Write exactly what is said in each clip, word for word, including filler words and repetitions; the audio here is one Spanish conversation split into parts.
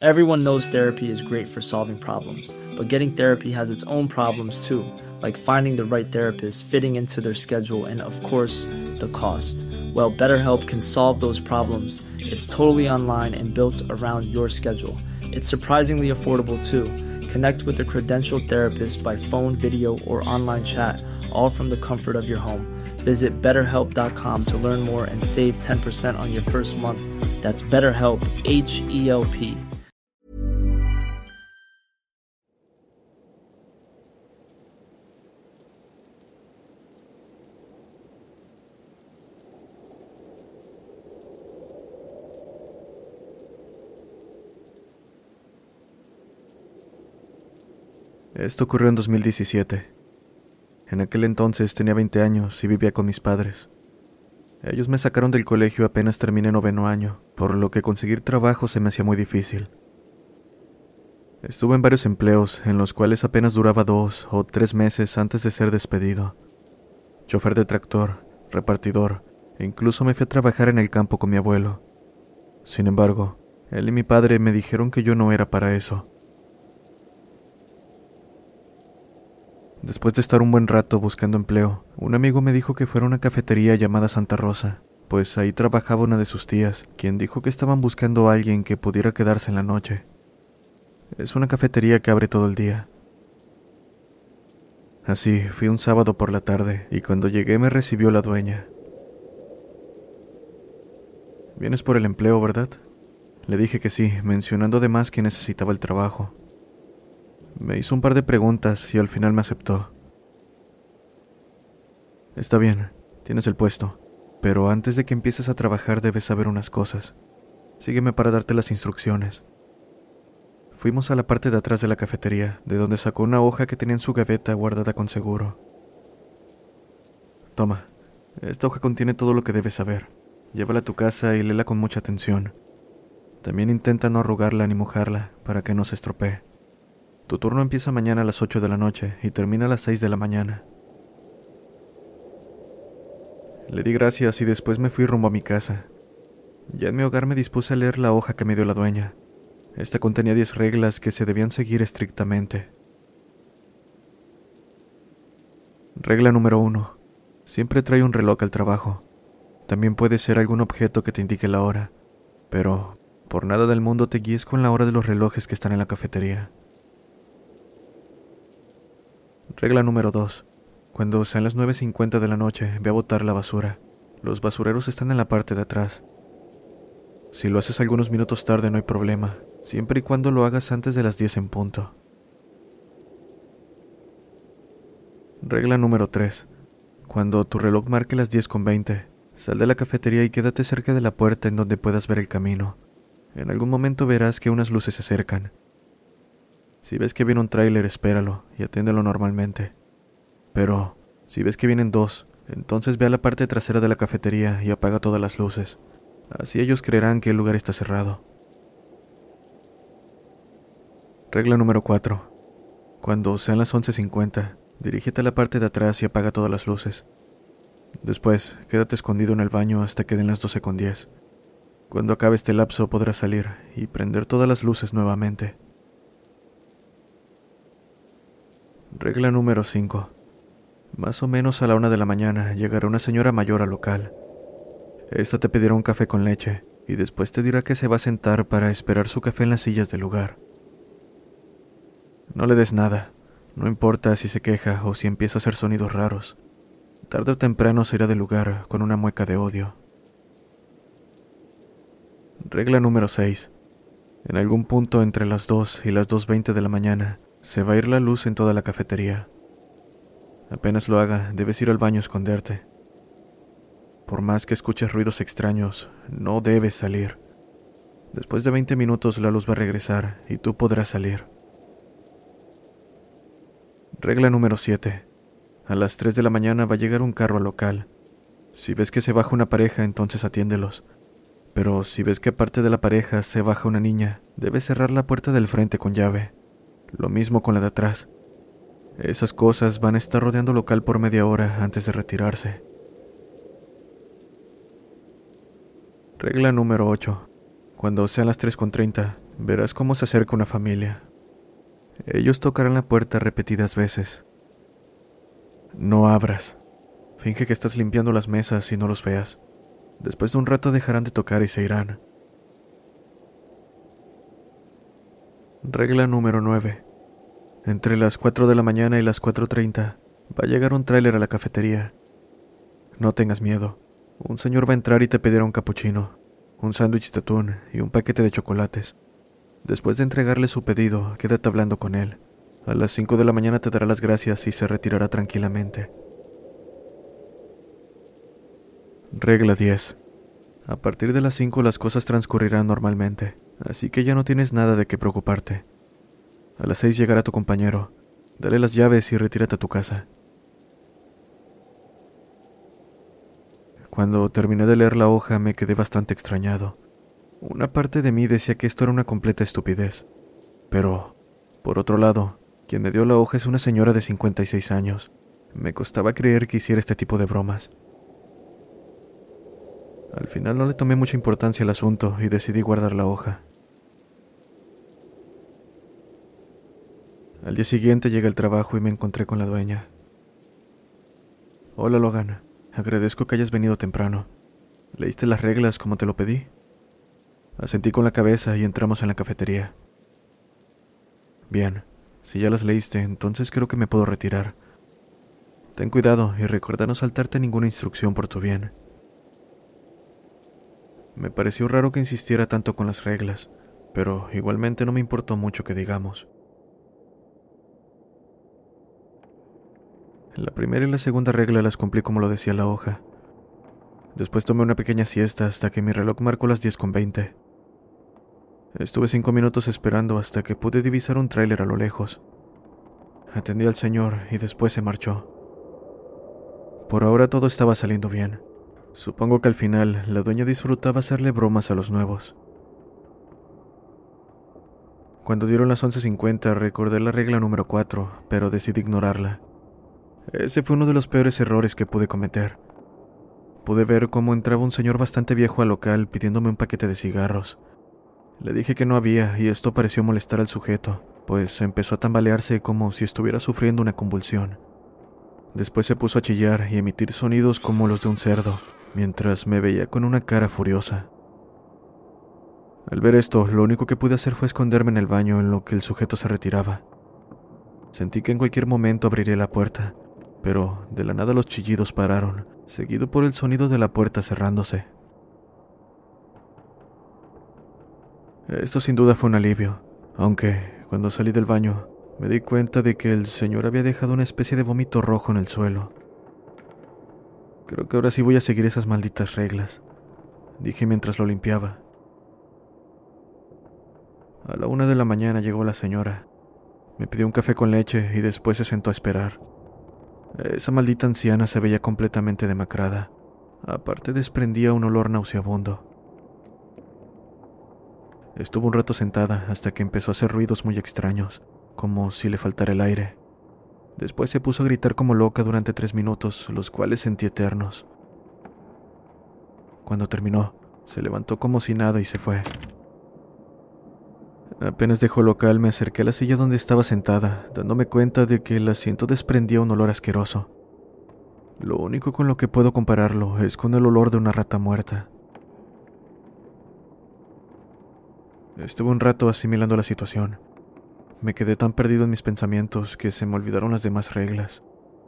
Everyone knows therapy is great for solving problems, but getting therapy has its own problems too, like finding the right therapist, fitting into their schedule, and of course, the cost. Well, BetterHelp can solve those problems. It's totally online and built around your schedule. It's surprisingly affordable too. Connect with a credentialed therapist by phone, video, or online chat, all from the comfort of your home. Visit better help dot com to learn more and save ten percent on your first month. That's BetterHelp, H E L P. Esto ocurrió en dos mil diecisiete. En aquel entonces tenía veinte años y vivía con mis padres. Ellos me sacaron del colegio apenas terminé noveno año, por lo que conseguir trabajo se me hacía muy difícil. Estuve en varios empleos, en los cuales apenas duraba dos o tres meses antes de ser despedido. Chofer de tractor, repartidor, e incluso me fui a trabajar en el campo con mi abuelo. Sin embargo, él y mi padre me dijeron que yo no era para eso. Después de estar un buen rato buscando empleo, un amigo me dijo que fuera a una cafetería llamada Santa Rosa, pues ahí trabajaba una de sus tías, quien dijo que estaban buscando a alguien que pudiera quedarse en la noche. Es una cafetería que abre todo el día. Así, fui un sábado por la tarde, y cuando llegué me recibió la dueña. «¿Vienes por el empleo, verdad?» Le dije que sí, mencionando además que necesitaba el trabajo. Me hizo un par de preguntas y al final me aceptó. «Está bien, tienes el puesto, pero antes de que empieces a trabajar debes saber unas cosas. Sígueme para darte las instrucciones». Fuimos a la parte de atrás de la cafetería, de donde sacó una hoja que tenía en su gaveta guardada con seguro. «Toma, esta hoja contiene todo lo que debes saber. Llévala a tu casa y léela con mucha atención. También intenta no arrugarla ni mojarla para que no se estropee. Tu turno empieza mañana a las ocho de la noche y termina a las seis de la mañana». Le di gracias y después me fui rumbo a mi casa. Ya en mi hogar me dispuse a leer la hoja que me dio la dueña. Esta contenía diez reglas que se debían seguir estrictamente. Regla número uno. Siempre trae un reloj al trabajo. También puede ser algún objeto que te indique la hora, pero por nada del mundo te guíes con la hora de los relojes que están en la cafetería. Regla número dos. Cuando sean las nueve cincuenta de la noche, ve a botar la basura. Los basureros están en la parte de atrás. Si lo haces algunos minutos tarde no hay problema, siempre y cuando lo hagas antes de las diez en punto. Regla número tres. Cuando tu reloj marque las diez con veinte, sal de la cafetería y quédate cerca de la puerta en donde puedas ver el camino. En algún momento verás que unas luces se acercan. Si ves que viene un tráiler, espéralo y atiéndelo normalmente. Pero, si ves que vienen dos, entonces ve a la parte trasera de la cafetería y apaga todas las luces. Así ellos creerán que el lugar está cerrado. Regla número cuatro. Cuando sean las once cincuenta, dirígete a la parte de atrás y apaga todas las luces. Después, quédate escondido en el baño hasta que den las doce con diez. Cuando acabe este lapso podrás salir y prender todas las luces nuevamente. Regla número cinco. Más o menos a la una de la mañana llegará una señora mayor al local. Esta te pedirá un café con leche y después te dirá que se va a sentar para esperar su café en las sillas del lugar. No le des nada, no importa si se queja o si empieza a hacer sonidos raros. Tarde o temprano se irá del lugar con una mueca de odio. Regla número seis. En algún punto entre las dos y las dos veinte de la mañana se va a ir la luz en toda la cafetería. Apenas lo haga, debes ir al baño a esconderte. Por más que escuches ruidos extraños, no debes salir. Después de veinte minutos la luz va a regresar y tú podrás salir. Regla número siete. A las tres de la mañana va a llegar un carro al local. Si ves que se baja una pareja, entonces atiéndelos. Pero si ves que aparte de la pareja se baja una niña, debes cerrar la puerta del frente con llave. Lo mismo con la de atrás. Esas cosas van a estar rodeando el local por media hora antes de retirarse. Regla número ocho. Cuando sean las tres con treinta, Verás cómo se acerca una familia. Ellos tocarán la puerta repetidas veces. No abras. Finge que estás limpiando las mesas y no los veas. Después de un rato dejarán de tocar y se irán. Regla número nueve. Entre las cuatro de la mañana y las cuatro treinta va a llegar un tráiler a la cafetería. No tengas miedo. Un señor va a entrar y te pedirá un capuchino, un sándwich de atún y un paquete de chocolates. Después de entregarle su pedido, quédate hablando con él. A las cinco de la mañana te dará las gracias y se retirará tranquilamente. Regla diez. A partir de las cinco las cosas transcurrirán normalmente, así que ya no tienes nada de qué preocuparte. A las seis llegará tu compañero. Dale las llaves y retírate a tu casa. Cuando terminé de leer la hoja me quedé bastante extrañado. Una parte de mí decía que esto era una completa estupidez. Pero, por otro lado, quien me dio la hoja es una señora de cincuenta y seis años. Me costaba creer que hiciera este tipo de bromas. Al final no le tomé mucha importancia al asunto y decidí guardar la hoja. Al día siguiente llegué al trabajo y me encontré con la dueña. Hola, Logan. Agradezco que hayas venido temprano. ¿Leíste las reglas como te lo pedí? Asentí con la cabeza y entramos en la cafetería. Bien, si ya las leíste, entonces creo que me puedo retirar. Ten cuidado y recuerda no saltarte ninguna instrucción por tu bien. Me pareció raro que insistiera tanto con las reglas, pero igualmente no me importó mucho que digamos. La primera y la segunda regla las cumplí como lo decía la hoja. Después tomé una pequeña siesta hasta que mi reloj marcó las diez con veinte. Estuve cinco minutos esperando hasta que pude divisar un tráiler a lo lejos. Atendí al señor y después se marchó. Por ahora todo estaba saliendo bien. Supongo que al final la dueña disfrutaba hacerle bromas a los nuevos. Cuando dieron las once cincuenta recordé la regla número cuatro, pero decidí ignorarla. Ese fue uno de los peores errores que pude cometer. Pude ver cómo entraba un señor bastante viejo al local pidiéndome un paquete de cigarros. Le dije que no había y esto pareció molestar al sujeto, pues empezó a tambalearse como si estuviera sufriendo una convulsión. Después se puso a chillar y emitir sonidos como los de un cerdo, mientras me veía con una cara furiosa. Al ver esto, lo único que pude hacer fue esconderme en el baño en lo que el sujeto se retiraba. Sentí que en cualquier momento abriría la puerta, pero de la nada los chillidos pararon, seguido por el sonido de la puerta cerrándose. Esto sin duda fue un alivio, aunque cuando salí del baño me di cuenta de que el señor había dejado una especie de vómito rojo en el suelo. Creo que ahora sí voy a seguir esas malditas reglas, dije mientras lo limpiaba. A la una de la mañana llegó la señora. Me pidió un café con leche y después se sentó a esperar. Esa maldita anciana se veía completamente demacrada. Aparte desprendía un olor nauseabundo. Estuvo un rato sentada hasta que empezó a hacer ruidos muy extraños, como si le faltara el aire. Después se puso a gritar como loca durante tres minutos, los cuales sentí eternos. Cuando terminó, se levantó como si nada y se fue. Apenas dejó el local, me acerqué a la silla donde estaba sentada, dándome cuenta de que el asiento desprendía un olor asqueroso. Lo único con lo que puedo compararlo es con el olor de una rata muerta. Estuve un rato asimilando la situación. Me quedé tan perdido en mis pensamientos que se me olvidaron las demás reglas.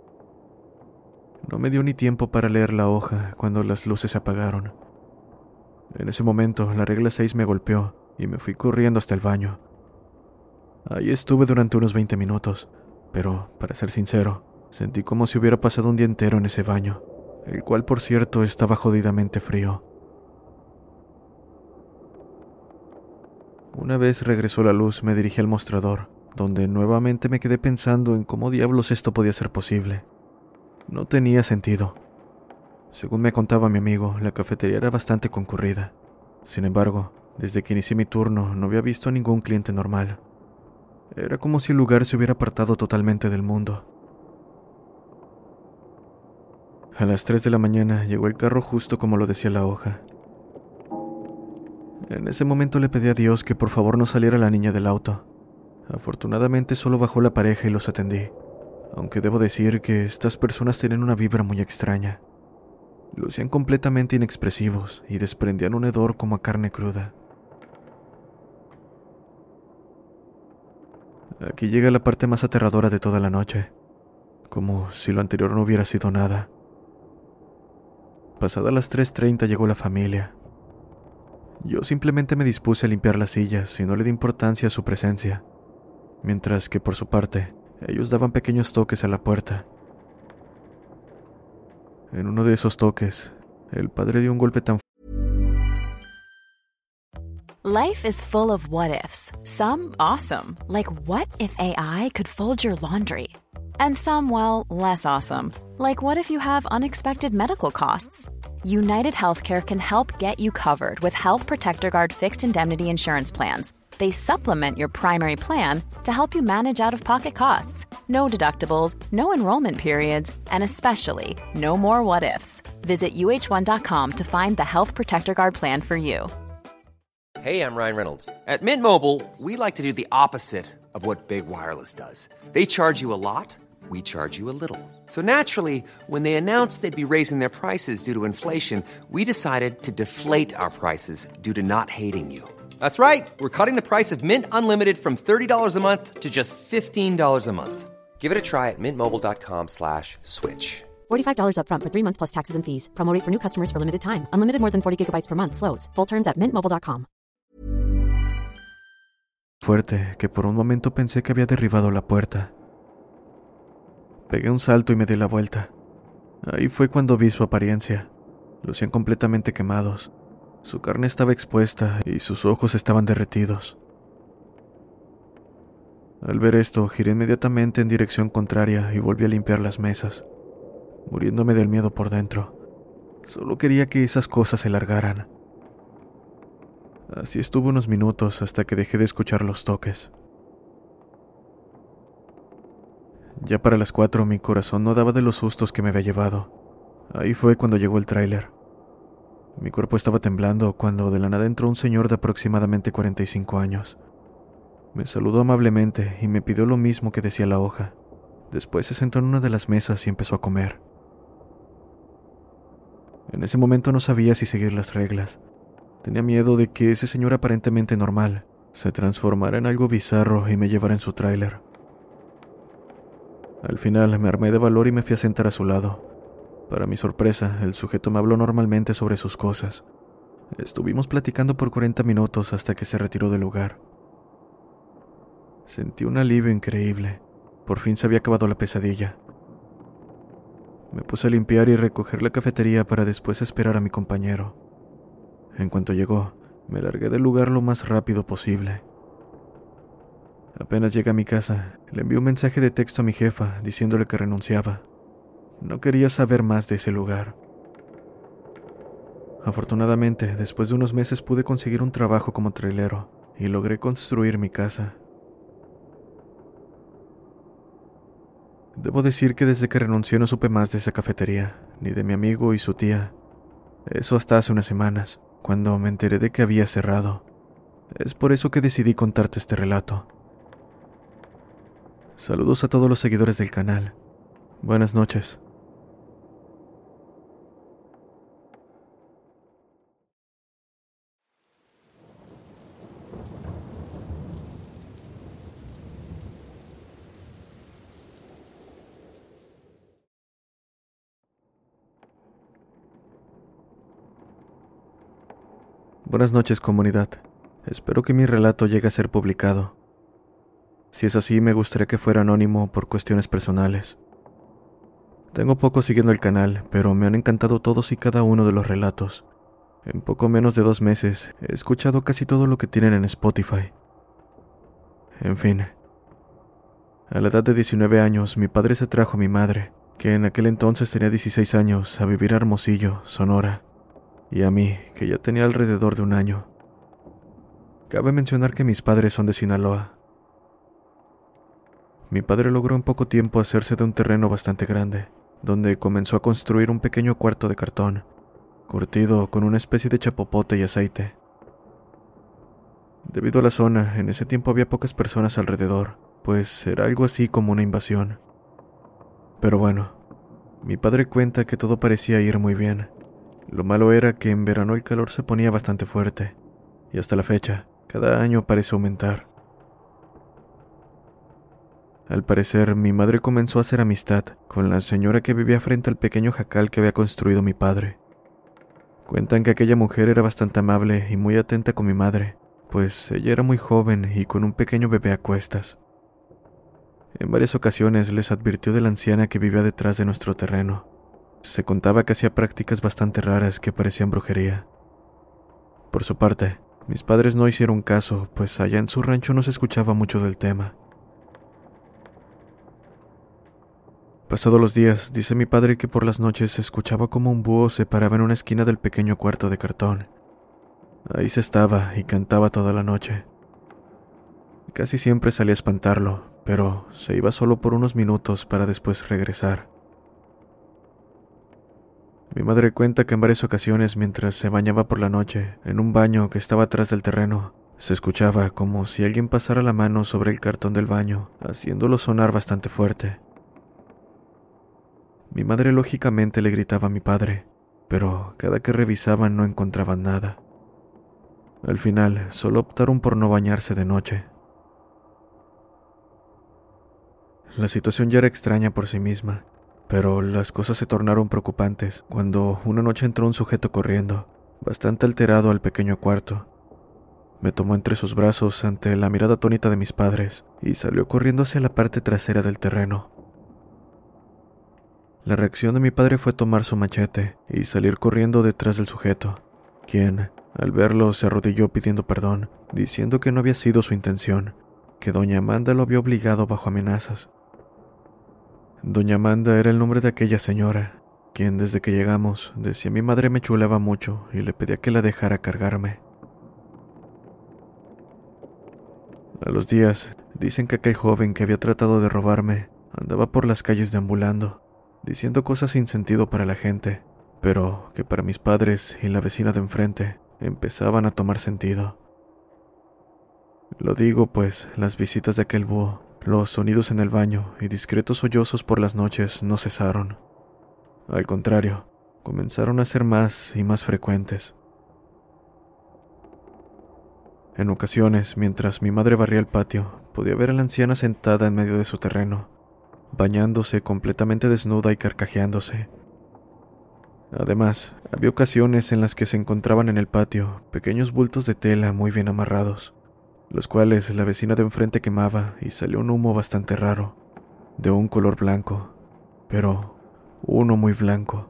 No me dio ni tiempo para leer la hoja cuando las luces se apagaron. En ese momento, la regla seis me golpeó y me fui corriendo hasta el baño. Ahí estuve durante unos veinte minutos, pero, para ser sincero, sentí como si hubiera pasado un día entero en ese baño, el cual, por cierto, estaba jodidamente frío. Una vez regresó la luz, me dirigí al mostrador, donde nuevamente me quedé pensando en cómo diablos esto podía ser posible. No tenía sentido. Según me contaba mi amigo, la cafetería era bastante concurrida. Sin embargo, desde que inicié mi turno no había visto a ningún cliente normal. Era como si el lugar se hubiera apartado totalmente del mundo. A las tres de la mañana llegó el carro justo como lo decía la hoja. En ese momento le pedí a Dios que por favor no saliera la niña del auto. Afortunadamente solo bajó la pareja y los atendí, aunque debo decir que estas personas tienen una vibra muy extraña. Lucían completamente inexpresivos y desprendían un hedor como a carne cruda. Aquí llega la parte más aterradora de toda la noche, como si lo anterior no hubiera sido nada. Pasadas las tres treinta llegó la familia. Yo simplemente me dispuse a limpiar las sillas y no le di importancia a su presencia, mientras que por su parte, ellos daban pequeños toques a la puerta. En uno de esos toques, el padre dio un golpe tan fuerte. Life is full of what-ifs. Some awesome, like what if A I could fold your laundry? And some, well, less awesome, like what if you have unexpected medical costs? United Healthcare can help get you covered with Health Protector Guard fixed indemnity insurance plans. They supplement your primary plan to help you manage out-of-pocket costs. No deductibles, no enrollment periods, and especially no more what-ifs. Visit U H one dot com to find the Health Protector Guard plan for you. Hey, I'm Ryan Reynolds. At Mint Mobile, we like to do the opposite of what Big Wireless does. They charge you a lot, we charge you a little. So naturally, when they announced they'd be raising their prices due to inflation, we decided to deflate our prices due to not hating you. That's right. We're cutting the price of Mint Unlimited from thirty dollars a month to just fifteen dollars a month. Give it a try at mintmobile.com slash switch. forty-five dollars up front for three months plus taxes and fees. Promo rate for new customers for limited time. Unlimited more than forty gigabytes per month slows. Full terms at mint mobile dot com. Fuerte que por un momento pensé que había derribado la puerta. Pegué un salto y me di la vuelta. Ahí fue cuando vi su apariencia. Lucían completamente quemados. Su carne estaba expuesta y sus ojos estaban derretidos. Al ver esto, giré inmediatamente en dirección contraria y volví a limpiar las mesas, muriéndome del miedo por dentro. Solo quería que esas cosas se largaran. Así estuve unos minutos hasta que dejé de escuchar los toques. Ya para las cuatro mi corazón no daba de los sustos que me había llevado. Ahí fue cuando llegó el tráiler. Mi cuerpo estaba temblando cuando de la nada entró un señor de aproximadamente cuarenta y cinco años. Me saludó amablemente y me pidió lo mismo que decía la hoja. Después se sentó en una de las mesas y empezó a comer. En ese momento no sabía si seguir las reglas. Tenía miedo de que ese señor aparentemente normal se transformara en algo bizarro y me llevara en su tráiler. Al final me armé de valor y me fui a sentar a su lado. Para mi sorpresa, el sujeto me habló normalmente sobre sus cosas. Estuvimos platicando por cuarenta minutos hasta que se retiró del lugar. Sentí un alivio increíble. Por fin se había acabado la pesadilla. Me puse a limpiar y recoger la cafetería para después esperar a mi compañero. En cuanto llegó, me largué del lugar lo más rápido posible. Apenas llegué a mi casa, le envié un mensaje de texto a mi jefa diciéndole que renunciaba. No quería saber más de ese lugar. Afortunadamente, después de unos meses pude conseguir un trabajo como trailero y logré construir mi casa. Debo decir que desde que renuncié no supe más de esa cafetería, ni de mi amigo y su tía. Eso hasta hace unas semanas, cuando me enteré de que había cerrado. Es por eso que decidí contarte este relato. Saludos a todos los seguidores del canal. Buenas noches. Buenas noches, comunidad. Espero que mi relato llegue a ser publicado. Si es así, me gustaría que fuera anónimo por cuestiones personales. Tengo poco siguiendo el canal, pero me han encantado todos y cada uno de los relatos. En poco menos de dos meses, he escuchado casi todo lo que tienen en Spotify. En fin. A la edad de diecinueve años, mi padre se trajo a mi madre, que en aquel entonces tenía dieciséis años, a vivir a Hermosillo, Sonora. Y a mí, que ya tenía alrededor de un año. Cabe mencionar que mis padres son de Sinaloa. Mi padre logró en poco tiempo hacerse de un terreno bastante grande, donde comenzó a construir un pequeño cuarto de cartón, curtido con una especie de chapopote y aceite. Debido a la zona, en ese tiempo había pocas personas alrededor, pues era algo así como una invasión. Pero bueno, mi padre cuenta que todo parecía ir muy bien. Lo malo era que en verano el calor se ponía bastante fuerte, y hasta la fecha, cada año parece aumentar. Al parecer, mi madre comenzó a hacer amistad con la señora que vivía frente al pequeño jacal que había construido mi padre. Cuentan que aquella mujer era bastante amable y muy atenta con mi madre, pues ella era muy joven y con un pequeño bebé a cuestas. En varias ocasiones les advirtió de la anciana que vivía detrás de nuestro terreno. Se contaba que hacía prácticas bastante raras que parecían brujería. Por su parte, mis padres no hicieron caso, pues allá en su rancho no se escuchaba mucho del tema. Pasados los días, dice mi padre que por las noches se escuchaba como un búho se paraba en una esquina del pequeño cuarto de cartón. Ahí se estaba y cantaba toda la noche. Casi siempre salía a espantarlo, pero se iba solo por unos minutos para después regresar. Mi madre cuenta que en varias ocasiones, mientras se bañaba por la noche, en un baño que estaba atrás del terreno, se escuchaba como si alguien pasara la mano sobre el cartón del baño, haciéndolo sonar bastante fuerte. Mi madre lógicamente le gritaba a mi padre, pero cada que revisaban no encontraban nada. Al final, solo optaron por no bañarse de noche. La situación ya era extraña por sí misma, pero las cosas se tornaron preocupantes cuando una noche entró un sujeto corriendo, bastante alterado al pequeño cuarto. Me tomó entre sus brazos ante la mirada atónita de mis padres y salió corriendo hacia la parte trasera del terreno. La reacción de mi padre fue tomar su machete y salir corriendo detrás del sujeto, quien, al verlo, se arrodilló pidiendo perdón, diciendo que no había sido su intención, que doña Amanda lo había obligado bajo amenazas. Doña Amanda era el nombre de aquella señora, quien desde que llegamos decía mi madre me chulaba mucho y le pedía que la dejara cargarme. A los días, dicen que aquel joven que había tratado de robarme andaba por las calles deambulando, diciendo cosas sin sentido para la gente, pero que para mis padres y la vecina de enfrente empezaban a tomar sentido. Lo digo pues las visitas de aquel búho, los sonidos en el baño y discretos sollozos por las noches no cesaron. Al contrario, comenzaron a ser más y más frecuentes. En ocasiones, mientras mi madre barría el patio, podía ver a la anciana sentada en medio de su terreno, bañándose completamente desnuda y carcajeándose. Además, había ocasiones en las que se encontraban en el patio pequeños bultos de tela muy bien amarrados, los cuales la vecina de enfrente quemaba y salió un humo bastante raro, de un color blanco, pero uno muy blanco.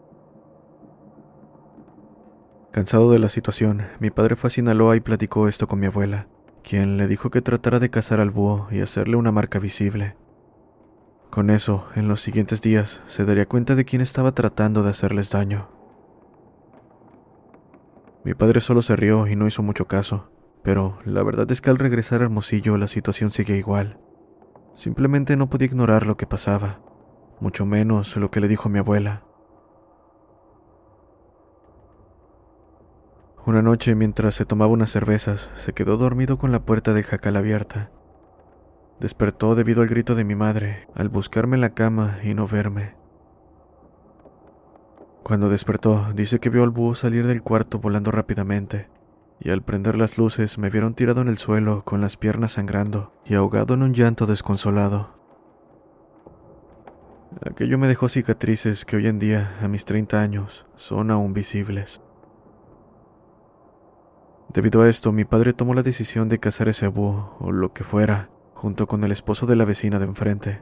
Cansado de la situación, mi padre fue a Sinaloa y platicó esto con mi abuela, quien le dijo que tratara de cazar al búho y hacerle una marca visible. Con eso, en los siguientes días, se daría cuenta de quién estaba tratando de hacerles daño. Mi padre solo se rió y no hizo mucho caso, pero la verdad es que al regresar a Hermosillo la situación sigue igual. Simplemente no podía ignorar lo que pasaba, mucho menos lo que le dijo mi abuela. Una noche, mientras se tomaba unas cervezas, se quedó dormido con la puerta del jacal abierta. Despertó debido al grito de mi madre, al buscarme en la cama y no verme. Cuando despertó, dice que vio al búho salir del cuarto volando rápidamente, y al prender las luces me vieron tirado en el suelo con las piernas sangrando y ahogado en un llanto desconsolado. Aquello me dejó cicatrices que hoy en día, a mis treinta años, son aún visibles. Debido a esto, mi padre tomó la decisión de cazar ese búho, o lo que fuera, junto con el esposo de la vecina de enfrente.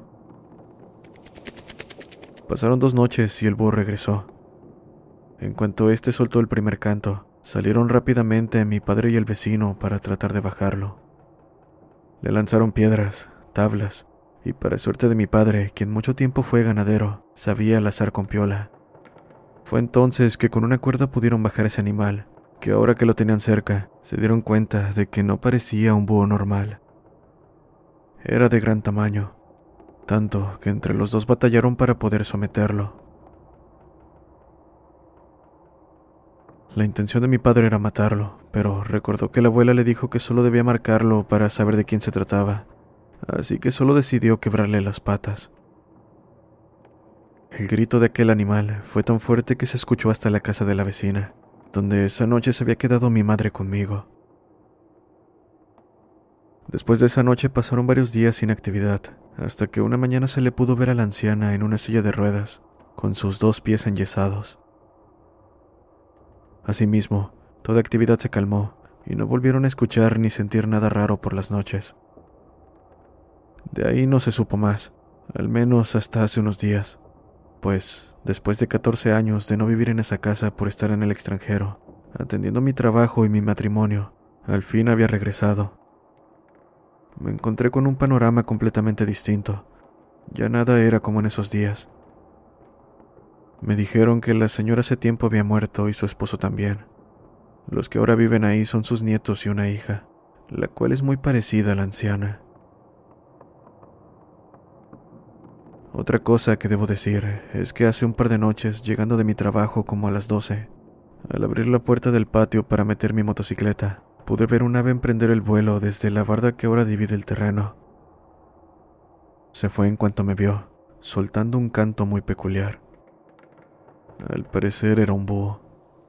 Pasaron dos noches y el búho regresó. En cuanto éste soltó el primer canto, salieron rápidamente mi padre y el vecino para tratar de bajarlo. Le lanzaron piedras, tablas, y para suerte de mi padre, quien mucho tiempo fue ganadero, sabía lazar con piola. Fue entonces que con una cuerda pudieron bajar ese animal, que ahora que lo tenían cerca, se dieron cuenta de que no parecía un búho normal. Era de gran tamaño, tanto que entre los dos batallaron para poder someterlo. La intención de mi padre era matarlo, pero recordó que la abuela le dijo que solo debía marcarlo para saber de quién se trataba, así que solo decidió quebrarle las patas. El grito de aquel animal fue tan fuerte que se escuchó hasta la casa de la vecina, donde esa noche se había quedado mi madre conmigo. Después de esa noche pasaron varios días sin actividad, hasta que una mañana se le pudo ver a la anciana en una silla de ruedas, con sus dos pies enyesados. Asimismo, toda actividad se calmó, y no volvieron a escuchar ni sentir nada raro por las noches. De ahí no se supo más, al menos hasta hace unos días, pues después de catorce años de no vivir en esa casa por estar en el extranjero, atendiendo mi trabajo y mi matrimonio, al fin había regresado. Me encontré con un panorama completamente distinto. Ya nada era como en esos días. Me dijeron que la señora hace tiempo había muerto y su esposo también. Los que ahora viven ahí son sus nietos y una hija, la cual es muy parecida a la anciana. Otra cosa que debo decir es que hace un par de noches, llegando de mi trabajo como a las doce, al abrir la puerta del patio para meter mi motocicleta, pude ver un ave emprender el vuelo desde la barda que ahora divide el terreno. Se fue en cuanto me vio, soltando un canto muy peculiar. Al parecer era un búho.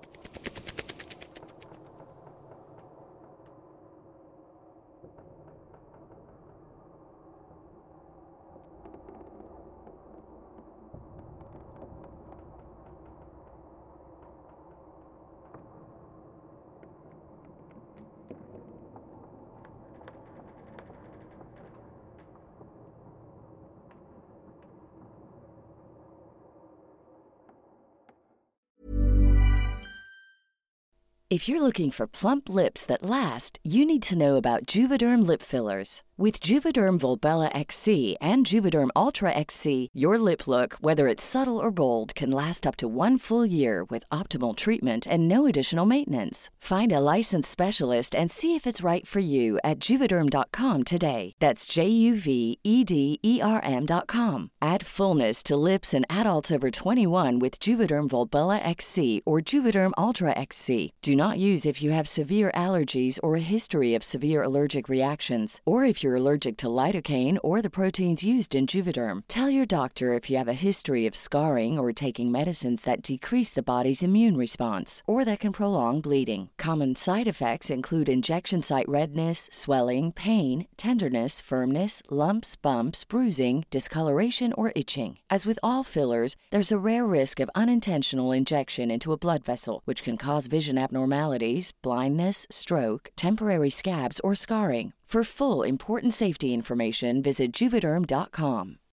If you're looking for plump lips that last, you need to know about Juvederm lip fillers. With Juvederm Volbella X C and Juvederm Ultra X C, your lip look, whether it's subtle or bold, can last up to one full year with optimal treatment and no additional maintenance. Find a licensed specialist and see if it's right for you at Juvederm dot com today. That's J U V E D E R M dot com. Add fullness to lips in adults over twenty-one with Juvederm Volbella X C or Juvederm Ultra X C. Do not use if you have severe allergies or a history of severe allergic reactions, or if you're allergic to lidocaine or the proteins used in Juvederm. Tell your doctor if you have a history of scarring or taking medicines that decrease the body's immune response or that can prolong bleeding. Common side effects include injection site redness, swelling, pain, tenderness, firmness, lumps, bumps, bruising, discoloration, or itching. As with all fillers, there's a rare risk of unintentional injection into a blood vessel, which can cause vision abnormalities, blindness, stroke, temporary scabs, or scarring. For full, important safety information, visit Juvederm dot com.